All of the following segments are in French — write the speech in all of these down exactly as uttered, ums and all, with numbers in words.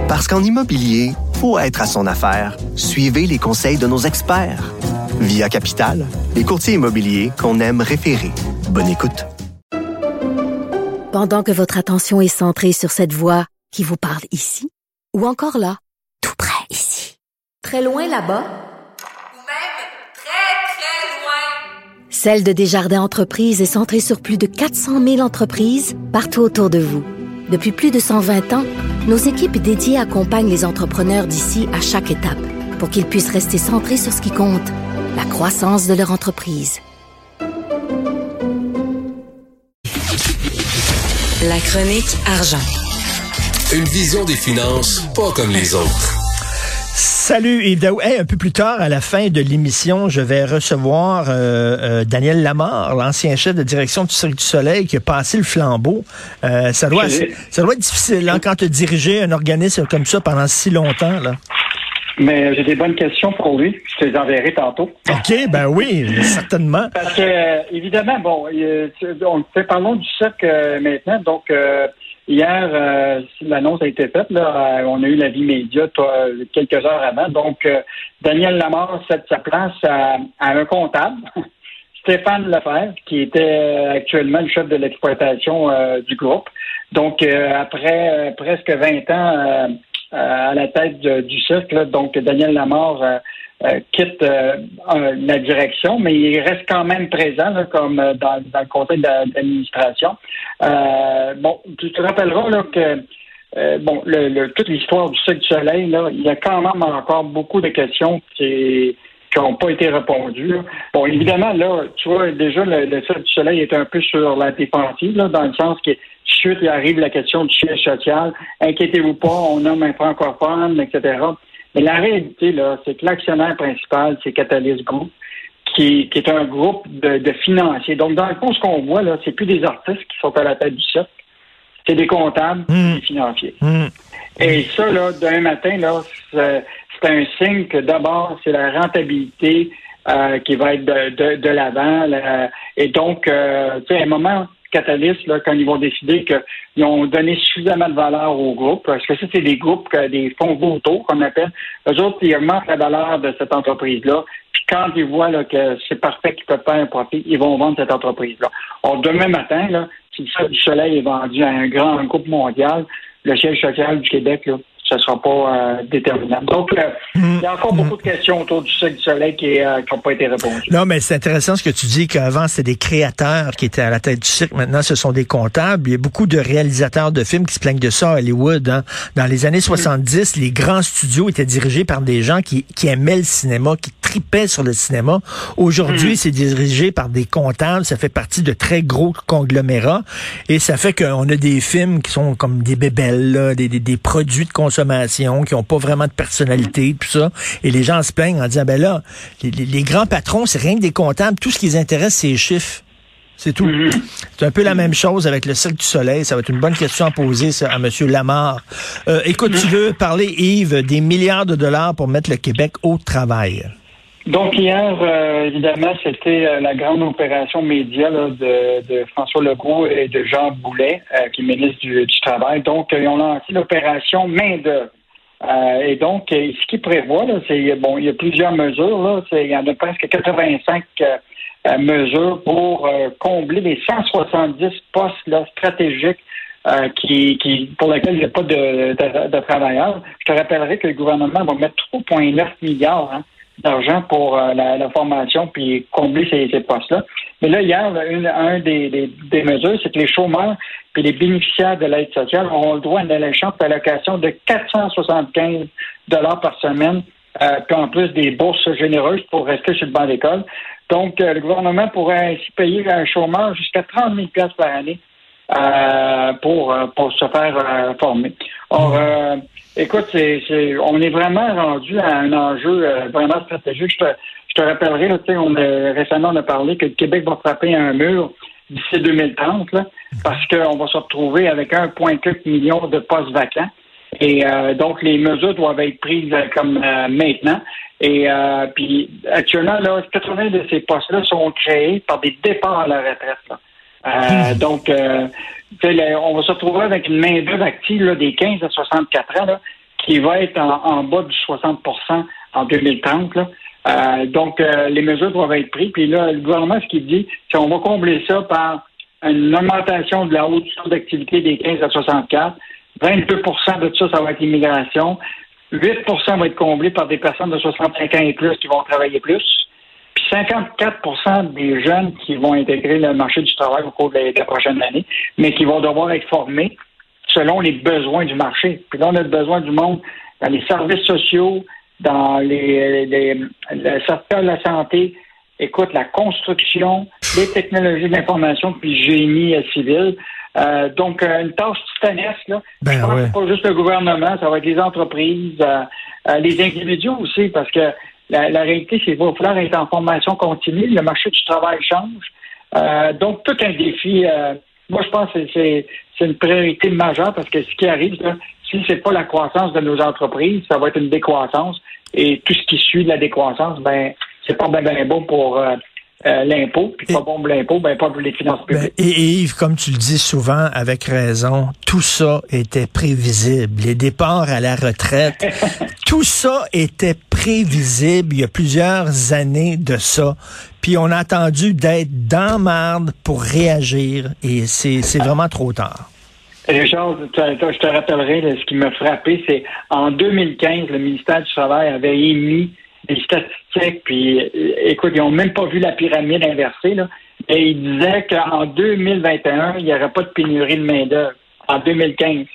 Parce qu'en immobilier, faut être à son affaire. Suivez les conseils de nos experts. Via Capital, les courtiers immobiliers qu'on aime référer. Bonne écoute. Pendant que votre attention est centrée sur cette voix qui vous parle ici, ou encore là, tout près ici, très loin là-bas, ou même très, très loin, Celle de Desjardins Entreprises est centrée sur plus de quatre cent mille entreprises partout autour de vous. Depuis plus de cent vingt ans, nos équipes dédiées accompagnent les entrepreneurs d'ici à chaque étape pour qu'ils puissent rester centrés sur ce qui compte, la croissance de leur entreprise. La chronique argent. Une vision des finances pas comme les autres. Salut Yves Daou. Hey, un peu plus tard, à la fin de l'émission, je vais recevoir euh, euh, Daniel Lamarre, l'ancien chef de direction du Cirque du Soleil, qui a passé le flambeau. Euh, ça, doit, ça doit être difficile hein, quand tu as dirigé un organisme comme ça pendant si longtemps. Là. Mais j'ai des bonnes questions pour lui. Je te les enverrai tantôt. OK, ben oui, certainement. Parce que, euh, évidemment, bon, euh, on fait parlons du cirque euh, maintenant. Donc, euh, hier, euh, l'annonce a été faite. Là, euh, on a eu l'avis média toi, quelques heures avant. Donc, euh, Daniel Lamarre cède sa place à, à un comptable, Stéphane Lefebvre, qui était actuellement le chef de l'exploitation euh, du groupe. Donc, euh, après euh, presque vingt ans euh, à la tête de, du cirque, là, donc Daniel Lamarre euh, euh, quitte euh, euh, la direction, mais il reste quand même présent là, comme euh, dans, dans le conseil d'administration. Euh, bon, tu te rappelleras là, que euh, bon, le, le, toute l'histoire du Cirque du Soleil, là, il y a quand même encore beaucoup de questions qui qui n'ont pas été répondues. Là. Bon, évidemment, là, tu vois, déjà, le, le Cirque du Soleil est un peu sur la défensive, là, dans le sens que suite, il arrive la question du siège social. Inquiétez-vous pas, on nomme un francophone, et cetera. Mais la réalité, là, c'est que l'actionnaire principal, c'est Catalyst Group, qui, qui est un groupe de, de financiers. Donc, dans le fond, ce qu'on voit, là, c'est plus des artistes qui sont à la tête du cirque, c'est des comptables, mmh. des financiers. Mmh. Et ça, là, d'un matin, là, c'est, c'est un signe que d'abord, c'est la rentabilité euh, qui va être de, de, de l'avant. Là. Et donc, euh, tu sais, à un moment, Catalyst, là, quand ils vont décider qu'ils ont donné suffisamment de valeur au groupe, parce que ça, c'est des groupes, des fonds vautours qu'on appelle, eux autres, ils augmentent la valeur de cette entreprise-là. Puis quand ils voient là, que c'est parfait qu'ils peuvent faire un profit, ils vont vendre cette entreprise-là. Or, demain matin, là, si le Cirque du Soleil est vendu à un grand groupe mondial, le siège social du Québec, là, ça ne sera pas euh, déterminant. Donc, euh, il y a encore beaucoup de questions autour du Cirque du Soleil qui n'ont euh, pas été répondues. Non, mais c'est intéressant ce que tu dis, qu'avant, c'était des créateurs qui étaient à la tête du cirque. Maintenant, ce sont des comptables. Il y a beaucoup de réalisateurs de films qui se plaignent de ça à Hollywood. Hein. Dans les années soixante-dix, mmh. les grands studios étaient dirigés par des gens qui, qui aimaient le cinéma, qui tripaient sur le cinéma. Aujourd'hui, mmh. c'est dirigé par des comptables. Ça fait partie de très gros conglomérats. Et ça fait qu'on a des films qui sont comme des bébelles, là, des, des, des produits de consommation qui n'ont pas vraiment de personnalité, tout ça. Et les gens se plaignent en disant, ben là, les, les, les grands patrons, c'est rien que des comptables. Tout ce qui les intéresse, c'est les chiffres. C'est tout. Mm-hmm. C'est un peu la même chose avec le Cirque du Soleil. Ça va être une bonne question à poser ça, à M. Lamarre. Euh, écoute, mm-hmm. tu veux parler, Yves, des milliards de dollars pour mettre le Québec au travail. Donc hier, euh, évidemment, c'était euh, la grande opération média là, de, de François Legault et de Jean Boulet, euh, qui est ministre du, du Travail. Donc, euh, ils ont lancé l'opération main-d'œuvre. Euh, et donc, euh, ce qu'ils prévoient, là, c'est bon, il y a plusieurs mesures. Là, c'est, il y en a presque quatre-vingt-cinq euh, mesures pour euh, combler les cent soixante-dix postes là, stratégiques euh, qui, qui pour lesquels il n'y a pas de, de, de travailleurs. Je te rappellerai que le gouvernement va mettre trois virgule neuf milliards hein, d'argent pour euh, la, la formation puis combler ces, ces postes-là. Mais là, hier, une, un des, des, des mesures, c'est que les chômeurs puis les bénéficiaires de l'aide sociale auront le droit à une allocation de quatre cent soixante-quinze dollars par semaine, euh, puis en plus des bourses généreuses pour rester sur le banc d'école. Donc, euh, le gouvernement pourrait ainsi payer un chômeur jusqu'à trente mille dollars par année euh, pour, pour se faire euh, former. Or, euh, écoute, c'est, c'est, on est vraiment rendu à un enjeu euh, vraiment stratégique. Je te, je te rappellerai, là, on a, récemment, on a parlé que le Québec va frapper un mur d'ici deux mille trente, là, parce qu'on va se retrouver avec un virgule quatre million de postes vacants. Et euh, donc, les mesures doivent être prises euh, comme euh, maintenant. Et euh, puis, actuellement, là, quatre-vingts de ces postes-là sont créés par des départs à la retraite. Là. Euh, mmh. Donc, euh, là, on va se retrouver avec une main-d'œuvre active là, des quinze à soixante-quatre ans là, qui va être en, en bas du soixante pour cent en deux mille trente. Là. Euh, donc, euh, les mesures doivent être prises. Puis là, le gouvernement, ce qu'il dit, c'est qu'on va combler ça par une augmentation de la haute taux d'activité des quinze à soixante-quatre. vingt-deux pour cent de ça, ça va être l'immigration. huit pour cent va être comblé par des personnes de soixante-cinq ans et plus qui vont travailler plus. Puis cinquante-quatre pour cent des jeunes qui vont intégrer le marché du travail au cours de la, de la prochaine année, mais qui vont devoir être formés selon les besoins du marché. Puis là, on a besoin du monde dans les services sociaux, dans les, les, le secteur de la santé, écoute, la construction, les technologies d'information, puis génie civil. Euh, donc, euh, une tâche titanesque, là. Ben, je pense ouais. que c'est pas juste le gouvernement, ça va être les entreprises, euh, euh, les individus aussi, parce que la, la réalité, c'est qu'il va falloir être en formation continue. Le marché du travail change. Euh, donc, tout un défi. Euh, moi, je pense que c'est, c'est une priorité majeure parce que ce qui arrive, là, si c'est pas la croissance de nos entreprises, ça va être une décroissance. Et tout ce qui suit de la décroissance, ben, c'est pas bien ben bon pour euh, euh, l'impôt. Puis pas bon pour l'impôt, ben pas pour les finances publiques. Ben, et, et Yves, comme tu le dis souvent, avec raison, tout ça était prévisible. Les départs à la retraite, tout ça était prévisible il y a plusieurs années de ça. Puis on a attendu d'être dans marde pour réagir et c'est, c'est vraiment trop tard. Richard, je te rappellerai, là, ce qui m'a frappé, c'est en deux mille quinze, le ministère du Travail avait émis des statistiques, puis écoute, ils n'ont même pas vu la pyramide inversée, là, et ils disaient qu'en deux mille vingt et un, il n'y aurait pas de pénurie de main-d'œuvre. En deux mille quinze.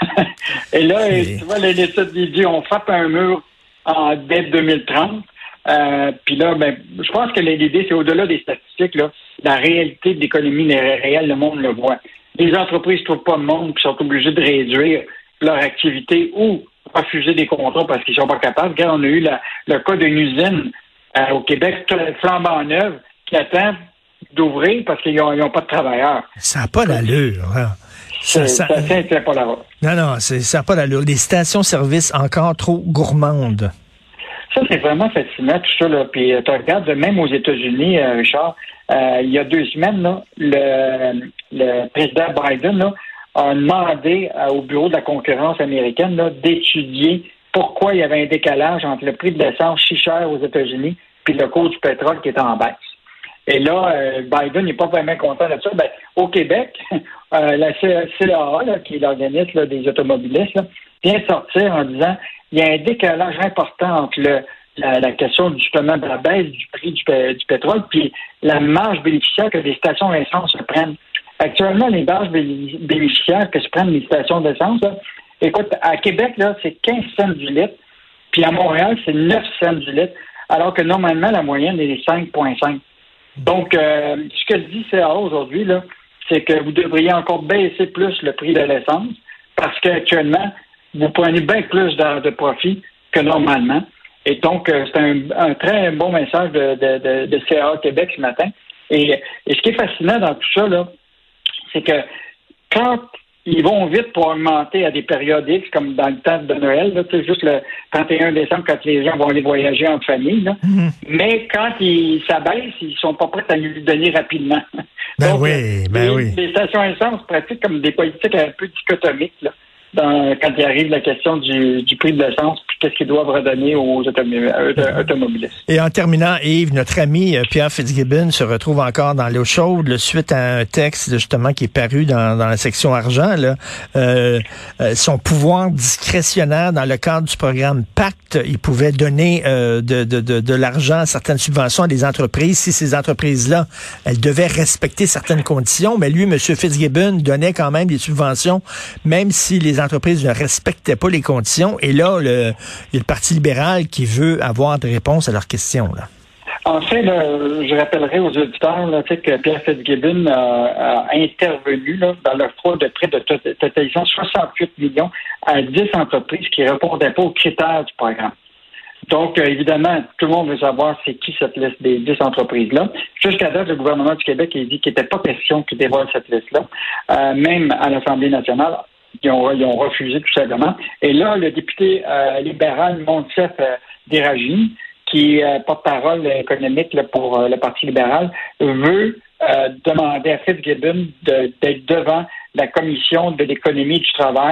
Et là, c'est... tu vois, l'étude dit on frappe un mur en dès deux mille trente. Euh, puis là, ben, je pense que l'idée, c'est au-delà des statistiques, là, la réalité de l'économie réelle, le monde le voit. Les entreprises ne trouvent pas de monde qui sont obligées de réduire leur activité ou refuser des contrats parce qu'ils ne sont pas capables. Regarde, on a eu la, le cas d'une usine euh, au Québec, flambant neuve, qui attend d'ouvrir parce qu'ils n'ont pas de travailleurs. Ça n'a pas l'allure. Hein. Ça, ça, ça, ça tient pas la route. Non, non, c'est, ça n'a pas l'allure. Les stations-service encore trop gourmandes. Ça, c'est vraiment fascinant, tout ça. Là. Puis, tu regardes, même aux États-Unis, euh, Richard, euh, il y a deux semaines, là, le, le président Biden là, a demandé euh, au Bureau de la concurrence américaine là, d'étudier pourquoi il y avait un décalage entre le prix de l'essence si cher aux États-Unis puis le cours du pétrole qui est en baisse. Et là, euh, Biden n'est pas vraiment content de ça. Ben, au Québec, euh, la C A A, là, qui est l'organisme là, des automobilistes, là, vient de sortir en disant il y a un décalage important entre le, la, la question justement de la baisse du prix du, du pétrole puis la marge bénéficiaire que les stations d'essence se prennent. Actuellement, les marges bénéficiaires que se prennent les stations d'essence, là, écoute, à Québec, là, c'est quinze cents du litre, puis à Montréal, c'est neuf cents du litre, alors que normalement, la moyenne est cinq virgule cinq. Donc, euh, ce que dit C A A aujourd'hui, là, c'est que vous devriez encore baisser plus le prix de l'essence parce qu'actuellement, vous prenez bien plus de, de profit que normalement. Et donc, euh, c'est un, un très bon message de, de, de, de C A A Québec ce matin. Et, et ce qui est fascinant dans tout ça, là, c'est que quand ils vont vite pour augmenter à des périodes X, comme dans le temps de Noël, là, c'est juste le trente et un décembre quand les gens vont aller voyager en famille. Là. Mm-hmm. Mais quand ils s'abaissent, ils sont pas prêts à nous le donner rapidement. Ben Donc, oui, ben les, oui. les stations essence pratiquent comme des politiques un peu dichotomiques là, dans, quand il arrive la question du, du prix de l'essence puis qu'est-ce qu'ils doivent redonner aux autom- automobilistes. Et en terminant, Yves, notre ami Pierre Fitzgibbon se retrouve encore dans l'eau chaude là, suite à un texte justement qui est paru dans, dans la section argent. Là, euh, euh, son pouvoir discrétionnaire dans le cadre du programme Pacte, il pouvait donner euh, de, de, de, de l'argent, certaines subventions à des entreprises si ces entreprises-là, elles devaient respecter certaines conditions. Mais lui, M. Fitzgibbon, donnait quand même des subventions, même si les entreprises ne respectaient pas les conditions. Et là, le, il y a le Parti libéral qui veut avoir des réponses à leurs questions. Là. En fait, là, je rappellerai aux auditeurs là, que Pierre Fitzgibbon a, a intervenu là, dans l'octroi de près de totalisant soixante-huit millions à dix entreprises qui ne répondaient pas aux critères du programme. Donc, euh, évidemment, tout le monde veut savoir c'est qui cette liste des dix entreprises-là. Jusqu'à date, le gouvernement du Québec a dit qu'il n'était pas question qu'il dévoile cette liste-là. Euh, même à l'Assemblée nationale, Ils ont, ils ont refusé tout simplement. Et là, le député euh, libéral Monsef euh, Déragini, qui est euh, porte-parole économique là, pour euh, le Parti libéral, veut euh, demander à Fitzgibbon de, d'être devant la Commission de l'économie et du travail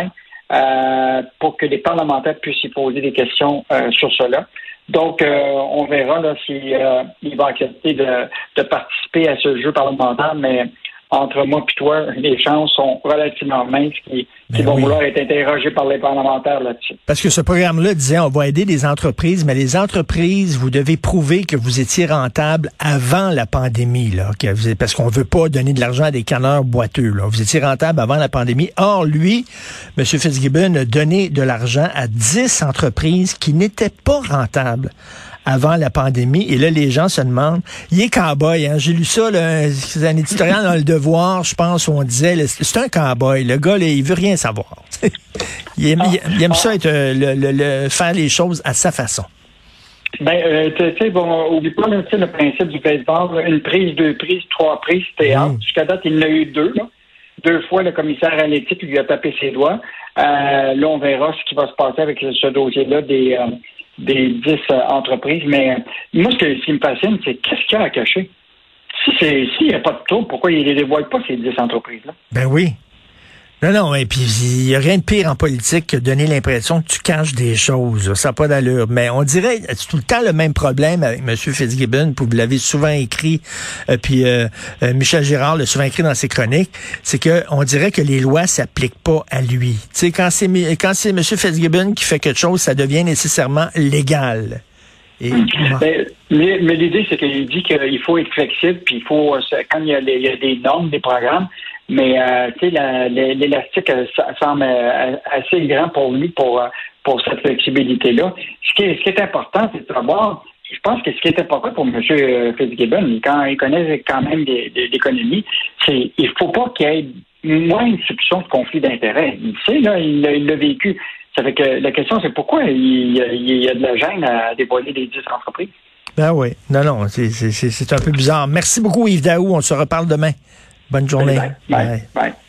euh, pour que les parlementaires puissent y poser des questions euh, sur cela. Donc, euh, on verra là si euh, il va accepter de, de participer à ce jeu parlementaire, mais entre moi et toi, les chances sont relativement minces qui, qui vont oui. vouloir être interrogés par les parlementaires là-dessus. Parce que ce programme-là disait, on va aider les entreprises, mais les entreprises, vous devez prouver que vous étiez rentable avant la pandémie, là, que vous, parce qu'on veut pas donner de l'argent à des canneurs boiteux, là. Vous étiez rentable avant la pandémie. Or, lui, M. Fitzgibbon a donné de l'argent à dix entreprises qui n'étaient pas rentables avant la pandémie. Et là, les gens se demandent, il est cow-boy, hein? J'ai lu ça, là, c'est un éditorial dans Le Devoir, je pense, où on disait, là, c'est un cow-boy. Le gars, là, il veut rien savoir. il, aime, il, il aime ça être, le, le, le, faire les choses à sa façon. Ben, euh, tu sais, bon, oublie pas là, le principe du baseball, là, une prise, deux prises, trois prises, théâtre. Mmh. Jusqu'à date, il en a eu deux, là. Deux fois, le commissaire à l'éthique lui a tapé ses doigts. Euh, là, on verra ce qui va se passer avec ce dossier-là des... Euh, des dix euh, entreprises, mais euh, moi, ce, que, ce qui me fascine, c'est qu'est-ce qu'il y a à cacher? Si c'est s'il n'y a pas de taux, pourquoi il ne les dévoile pas, ces dix entreprises-là? Ben oui. Non, non, et puis il n'y a rien de pire en politique que de donner l'impression que tu caches des choses. Ça n'a pas d'allure. Mais on dirait, c'est tout le temps le même problème avec M. Fitzgibbon, puis vous l'avez souvent écrit, euh, puis euh, euh, Michel Girard l'a souvent écrit dans ses chroniques, c'est que on dirait que les lois s'appliquent pas à lui. Tu sais, quand c'est quand c'est M. Fitzgibbon qui fait quelque chose, ça devient nécessairement légal. Et, mais, mais, mais l'idée, c'est qu'il dit qu'il faut être flexible, puis il faut, quand il y a, il y a des normes, des programmes, mais euh, tu sais, l'élastique ça semble assez grand pour lui, pour, pour cette flexibilité-là. Ce qui est, ce qui est important, c'est de savoir, je pense que ce qui est important pour M. Fitzgibbon, quand il connaît quand même l'économie, c'est il faut pas qu'il y ait moins une soupçon de conflit d'intérêts. Il sait, là, il l'a vécu. Ça fait que la question, c'est pourquoi il y a, il y a de la gêne à dévoiler les dix entreprises. Ben oui. Non, non, c'est, c'est, c'est un peu bizarre. Merci beaucoup, Yves Daou. On se reparle demain. Bonne journée. Bye. Bye. Bye. Bye.